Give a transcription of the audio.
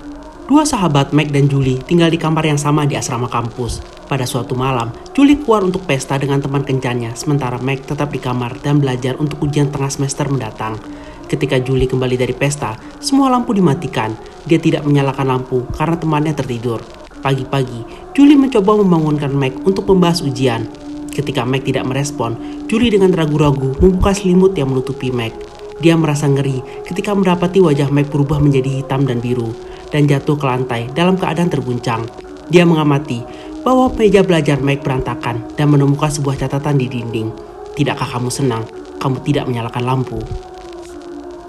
Dua sahabat Meg dan Julie tinggal di kamar yang sama di asrama kampus. Pada suatu malam, Julie keluar untuk pesta dengan teman kencannya, sementara Meg tetap di kamar dan belajar untuk ujian tengah semester mendatang. Ketika Julie kembali dari pesta, semua lampu dimatikan. Dia tidak menyalakan lampu karena temannya tertidur. Pagi-pagi, Julie mencoba membangunkan Meg untuk membahas ujian. Ketika Meg tidak merespon, Julie dengan ragu-ragu membuka selimut yang menutupi Meg. Dia merasa ngeri ketika mendapati wajah Meg berubah menjadi hitam dan biru dan jatuh ke lantai dalam keadaan terguncang. Dia mengamati bahwa meja belajar Meg berantakan dan menemukan sebuah catatan di dinding. "Tidakkah kamu senang? Kamu tidak menyalakan lampu."